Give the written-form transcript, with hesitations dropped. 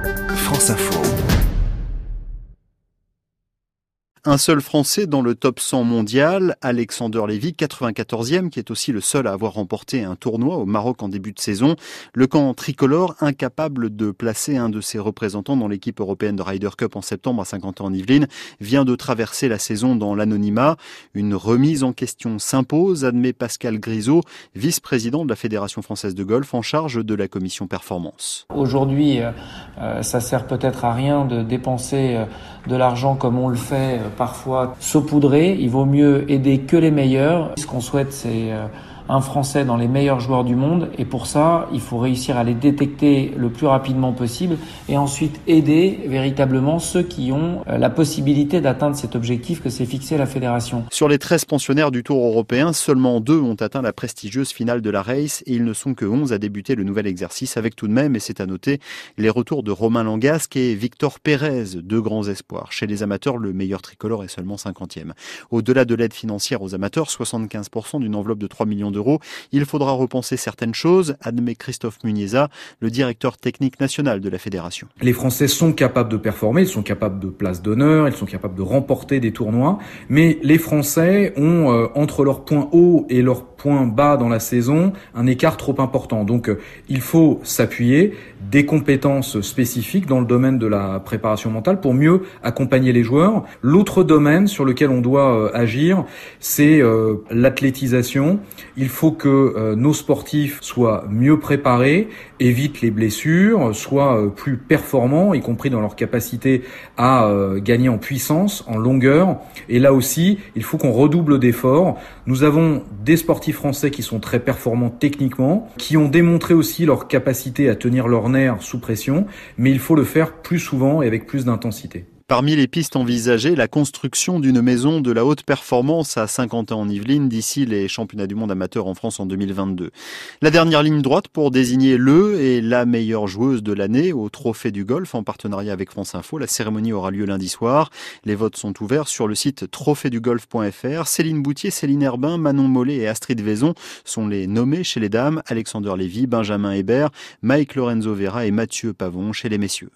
France Info. Un seul Français dans le top 100 mondial, Alexander Lévy, 94e, qui est aussi le seul à avoir remporté un tournoi au Maroc en début de saison. Le camp tricolore, incapable de placer un de ses représentants dans l'équipe européenne de Ryder Cup en septembre à Saint-Quentin-en-Yvelines, vient de traverser la saison dans l'anonymat. Une remise en question s'impose, admet Pascal Grisot, vice-président de la Fédération française de golf en charge de la commission performance. Aujourd'hui, ça sert peut-être à rien de dépenser de l'argent comme on le fait parfois saupoudrer. Il vaut mieux aider que les meilleurs. Ce qu'on souhaite, c'est un Français dans les meilleurs joueurs du monde. Et pour ça, il faut réussir à les détecter le plus rapidement possible et ensuite aider véritablement ceux qui ont la possibilité d'atteindre cet objectif que s'est fixé la fédération. Sur les 13 pensionnaires du Tour européen, seulement 2 ont atteint la prestigieuse finale de la Race et ils ne sont que 11 à débuter le nouvel exercice avec tout de même, et c'est à noter, les retours de Romain Langasque et Victor Pérez, 2 grands espoirs. Chez les amateurs, le meilleur tricolore est seulement 50e. Au-delà de l'aide financière aux amateurs, 75% d'une enveloppe de 3 millions d'euros, il faudra repenser certaines choses, admet Christophe Muniesa, le directeur technique national de la fédération. Les Français sont capables de performer, ils sont capables de places d'honneur, ils sont capables de remporter des tournois, mais les Français ont entre leur point haut et leur point bas dans la saison un écart trop important. Donc il faut s'appuyer des compétences spécifiques dans le domaine de la préparation mentale pour mieux accompagner les joueurs. L'autre domaine sur lequel on doit agir, c'est l'athlétisation. Il faut que nos sportifs soient mieux préparés, évitent les blessures, soient plus performants, y compris dans leur capacité à gagner en puissance, en longueur. Et là aussi, il faut qu'on redouble d'efforts. Nous avons des sportifs français qui sont très performants techniquement, qui ont démontré aussi leur capacité à tenir leur nerfs sous pression, mais il faut le faire plus souvent et avec plus d'intensité. Parmi les pistes envisagées, la construction d'une maison de la haute performance à Saint-Quentin-en-Yvelines d'ici les championnats du monde amateurs en France en 2022. La dernière ligne droite pour désigner le et la meilleure joueuse de l'année au Trophée du Golf en partenariat avec France Info. La cérémonie aura lieu lundi soir. Les votes sont ouverts sur le site trophéedugolf.fr. Céline Boutier, Céline Herbin, Manon Mollet et Astrid Vaison sont les nommés chez les dames. Alexander Lévy, Benjamin Hébert, Mike Lorenzo Vera et Mathieu Pavon chez les messieurs.